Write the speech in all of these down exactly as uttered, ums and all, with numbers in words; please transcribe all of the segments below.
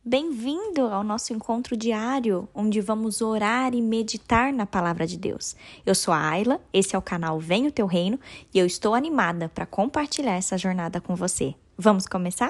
Bem-vindo ao nosso encontro diário, onde vamos orar e meditar na Palavra de Deus. Eu sou a Ayla, esse é o canal Vem o Teu Reino e eu estou animada para compartilhar essa jornada com você. Vamos começar?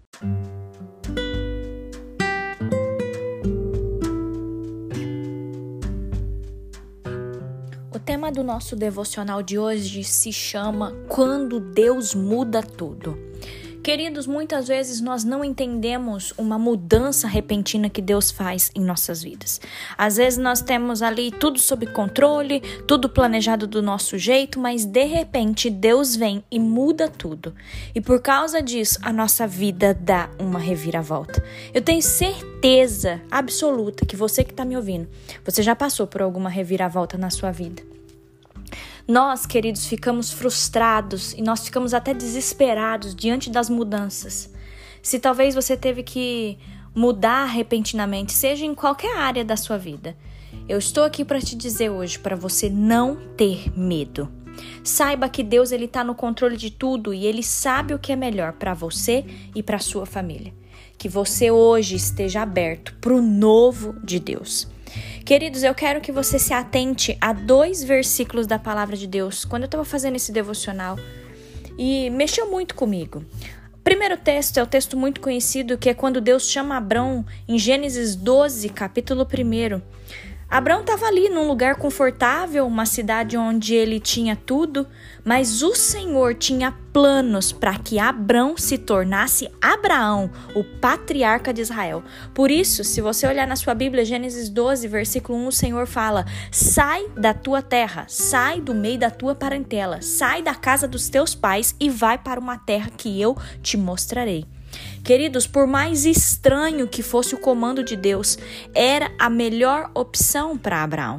O tema do nosso devocional de hoje se chama Quando Deus Muda Tudo. Queridos, muitas vezes nós não entendemos uma mudança repentina que Deus faz em nossas vidas. Às vezes nós temos ali tudo sob controle, tudo planejado do nosso jeito, mas de repente Deus vem e muda tudo. E por causa disso, a nossa vida dá uma reviravolta. Eu tenho certeza absoluta que você que está me ouvindo, você já passou por alguma reviravolta na sua vida. Nós, queridos, ficamos frustrados e nós ficamos até desesperados diante das mudanças. Se talvez você teve que mudar repentinamente, seja em qualquer área da sua vida, eu estou aqui para te dizer hoje, para você não ter medo. Saiba que Deus ele está no controle de tudo e Ele sabe o que é melhor para você e para a sua família. Que você hoje esteja aberto para o novo de Deus. Queridos, eu quero que você se atente a dois versículos da Palavra de Deus, quando eu estava fazendo esse devocional, e mexeu muito comigo. O primeiro texto é o texto muito conhecido, que é quando Deus chama Abrão, em Gênesis doze, capítulo um. Abrão estava ali num lugar confortável, uma cidade onde ele tinha tudo, mas o Senhor tinha planos para que Abrão se tornasse Abraão, o patriarca de Israel. Por isso, se você olhar na sua Bíblia, Gênesis doze, versículo um, o Senhor fala: sai da tua terra, sai do meio da tua parentela, sai da casa dos teus pais e vai para uma terra que eu te mostrarei. Queridos, por mais estranho que fosse o comando de Deus, era a melhor opção para Abraão.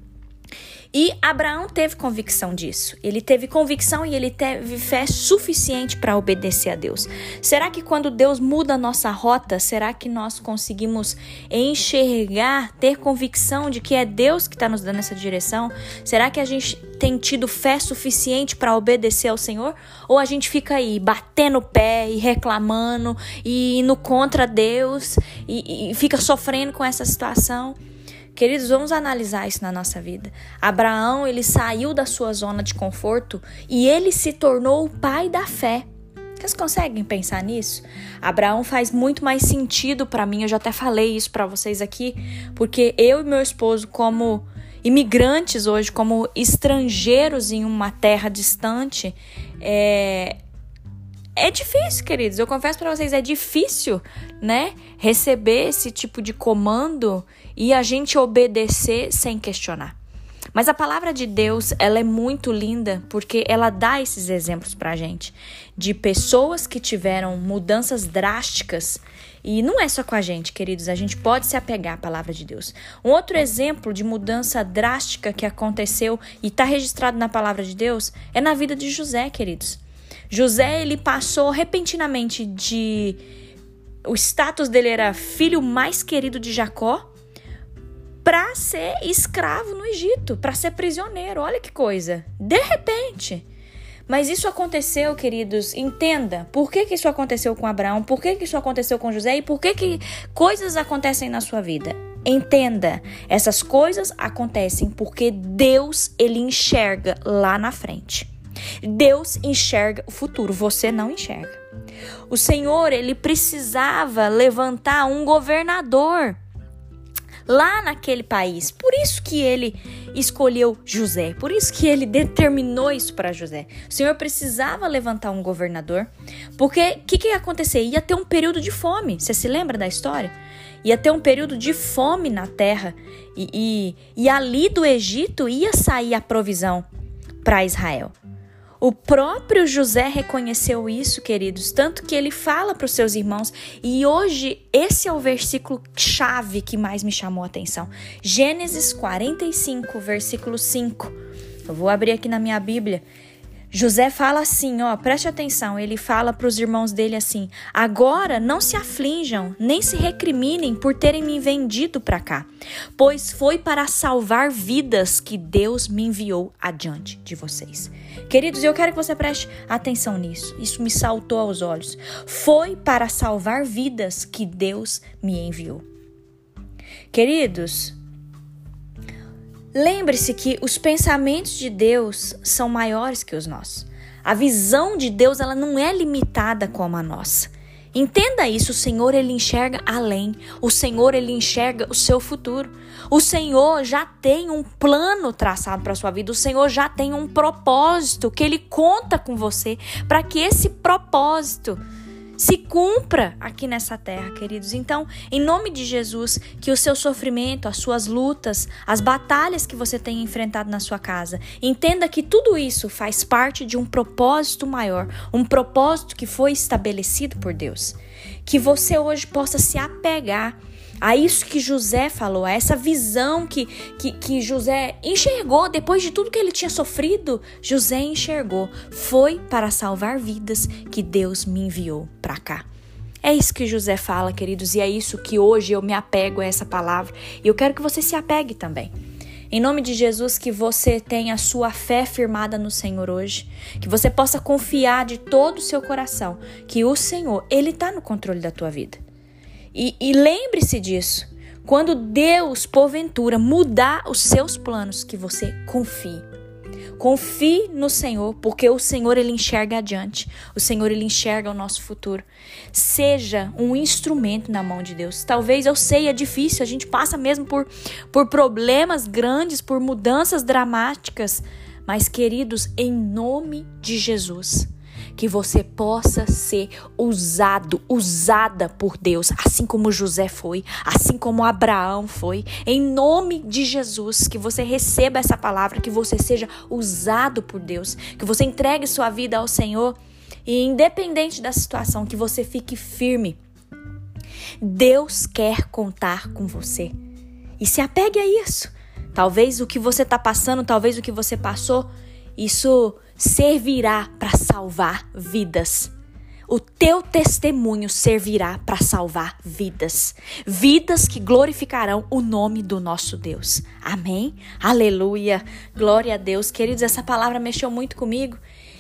E Abraão teve convicção disso. Ele teve convicção e ele teve fé suficiente para obedecer a Deus. Será que quando Deus muda a nossa rota, será que nós conseguimos enxergar, ter convicção de que é Deus que está nos dando essa direção? Será que a gente tem tido fé suficiente para obedecer ao Senhor? Ou a gente fica aí batendo o pé e reclamando e indo contra Deus e, e fica sofrendo com essa situação? Queridos, vamos analisar isso na nossa vida. Abraão, ele saiu da sua zona de conforto e ele se tornou o pai da fé. Vocês conseguem pensar nisso? Abraão faz muito mais sentido para mim, eu já até falei isso para vocês aqui, porque eu e meu esposo, como imigrantes hoje, como estrangeiros em uma terra distante, é... É difícil, queridos, eu confesso para vocês, é difícil, né, receber esse tipo de comando e a gente obedecer sem questionar. Mas a palavra de Deus, ela é muito linda porque ela dá esses exemplos pra gente, de pessoas que tiveram mudanças drásticas. E não é só com a gente, queridos, a gente pode se apegar à palavra de Deus. Um outro exemplo de mudança drástica que aconteceu e está registrado na palavra de Deus é na vida de José, queridos. José, ele passou repentinamente de... O status dele era filho mais querido de Jacó para ser escravo no Egito, para ser prisioneiro. Olha que coisa. De repente. Mas isso aconteceu, queridos, entenda. Por que que isso aconteceu com Abraão? Por que que isso aconteceu com José? E por que que coisas acontecem na sua vida? Entenda. Essas coisas acontecem porque Deus, ele enxerga lá na frente. Deus enxerga o futuro, você não enxerga. O Senhor, ele precisava levantar um governador lá naquele país. Por isso que ele escolheu José, por isso que ele determinou isso para José. O Senhor precisava levantar um governador, porque o que, que ia acontecer? Ia ter um período de fome, você se lembra da história? Ia ter um período de fome na terra e, e, e ali do Egito ia sair a provisão para Israel. O próprio José reconheceu isso, queridos, tanto que ele fala para os seus irmãos. E hoje, esse é o versículo chave que mais me chamou a atenção. Gênesis quarenta e cinco, versículo cinco. Eu vou abrir aqui na minha Bíblia. José fala assim, ó, preste atenção, ele fala para os irmãos dele assim: agora não se aflinjam, nem se recriminem por terem me vendido para cá, pois foi para salvar vidas que Deus me enviou adiante de vocês. Queridos, eu quero que você preste atenção nisso, isso me saltou aos olhos. Foi para salvar vidas que Deus me enviou. Queridos, lembre-se que os pensamentos de Deus são maiores que os nossos. A visão de Deus, ela não é limitada como a nossa. Entenda isso, o Senhor, ele enxerga além. O Senhor, ele enxerga o seu futuro. O Senhor já tem um plano traçado para a sua vida. O Senhor já tem um propósito que ele conta com você para que esse propósito se cumpra aqui nessa terra, queridos. Então, em nome de Jesus, que o seu sofrimento, as suas lutas, as batalhas que você tem enfrentado na sua casa, entenda que tudo isso faz parte de um propósito maior, um propósito que foi estabelecido por Deus. Que você hoje possa se apegar a isso que José falou, a essa visão que, que, que José enxergou depois de tudo que ele tinha sofrido. José enxergou, foi para salvar vidas que Deus me enviou para cá. É isso que José fala, queridos, e é isso que hoje eu me apego a essa palavra. E eu quero que você se apegue também. Em nome de Jesus, que você tenha a sua fé firmada no Senhor hoje, que você possa confiar de todo o seu coração que o Senhor, ele está no controle da tua vida. E, e lembre-se disso, quando Deus, porventura, mudar os seus planos, que você confie. Confie no Senhor, porque o Senhor, ele enxerga adiante. O Senhor, ele enxerga o nosso futuro. Seja um instrumento na mão de Deus. Talvez, eu sei, é difícil, a gente passa mesmo por, por problemas grandes, por mudanças dramáticas. Mas, queridos, em nome de Jesus, que você possa ser usado, usada por Deus, assim como José foi, assim como Abraão foi. Em nome de Jesus, que você receba essa palavra, que você seja usado por Deus, que você entregue sua vida ao Senhor e independente da situação, que você fique firme. Deus quer contar com você e se apegue a isso. Talvez o que você está passando, talvez o que você passou, isso servirá para salvar vidas. O teu testemunho servirá para salvar vidas. Vidas que glorificarão o nome do nosso Deus. Amém? Aleluia. Glória a Deus. Queridos, essa palavra mexeu muito comigo.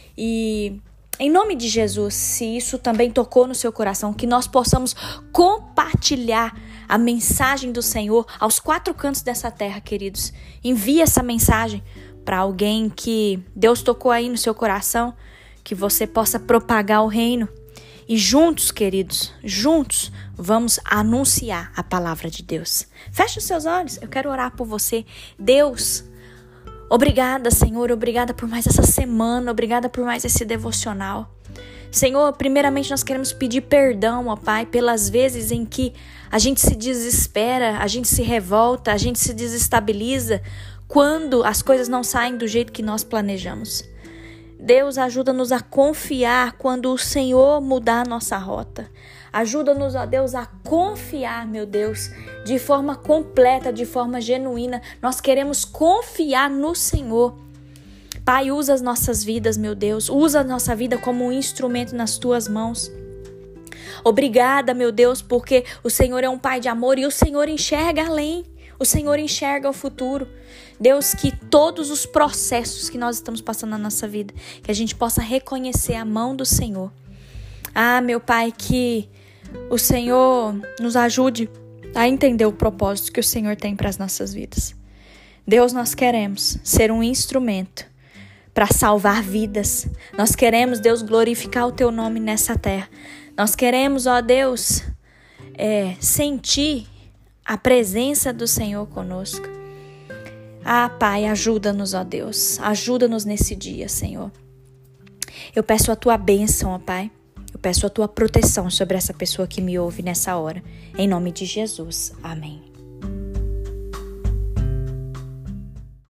E em nome de Jesus, se isso também tocou no seu coração, que nós possamos compartilhar a mensagem do Senhor aos quatro cantos dessa terra, queridos. Envie essa mensagem para alguém que Deus tocou aí no seu coração, que você possa propagar o reino. E juntos, queridos, juntos, vamos anunciar a palavra de Deus. Feche os seus olhos, eu quero orar por você. Deus, obrigada, Senhor, obrigada por mais essa semana, obrigada por mais esse devocional. Senhor, primeiramente nós queremos pedir perdão, ó Pai, pelas vezes em que a gente se desespera, a gente se revolta, a gente se desestabiliza, quando as coisas não saem do jeito que nós planejamos. Deus, ajuda-nos a confiar quando o Senhor mudar a nossa rota. Ajuda-nos, ó Deus, a confiar, meu Deus, de forma completa, de forma genuína. Nós queremos confiar no Senhor. Pai, usa as nossas vidas, meu Deus. Usa a nossa vida como um instrumento nas tuas mãos. Obrigada, meu Deus, porque o Senhor é um Pai de amor e o Senhor enxerga além. O Senhor enxerga o futuro. Deus, que todos os processos que nós estamos passando na nossa vida, que a gente possa reconhecer a mão do Senhor. Ah, meu Pai, que o Senhor nos ajude a entender o propósito que o Senhor tem para as nossas vidas. Deus, nós queremos ser um instrumento para salvar vidas. Nós queremos, Deus, glorificar o Teu nome nessa terra. Nós queremos, ó Deus, é, sentir a presença do Senhor conosco. Ah, Pai, ajuda-nos, ó Deus. Ajuda-nos nesse dia, Senhor. Eu peço a Tua bênção, ó Pai. Eu peço a Tua proteção sobre essa pessoa que me ouve nessa hora. Em nome de Jesus. Amém.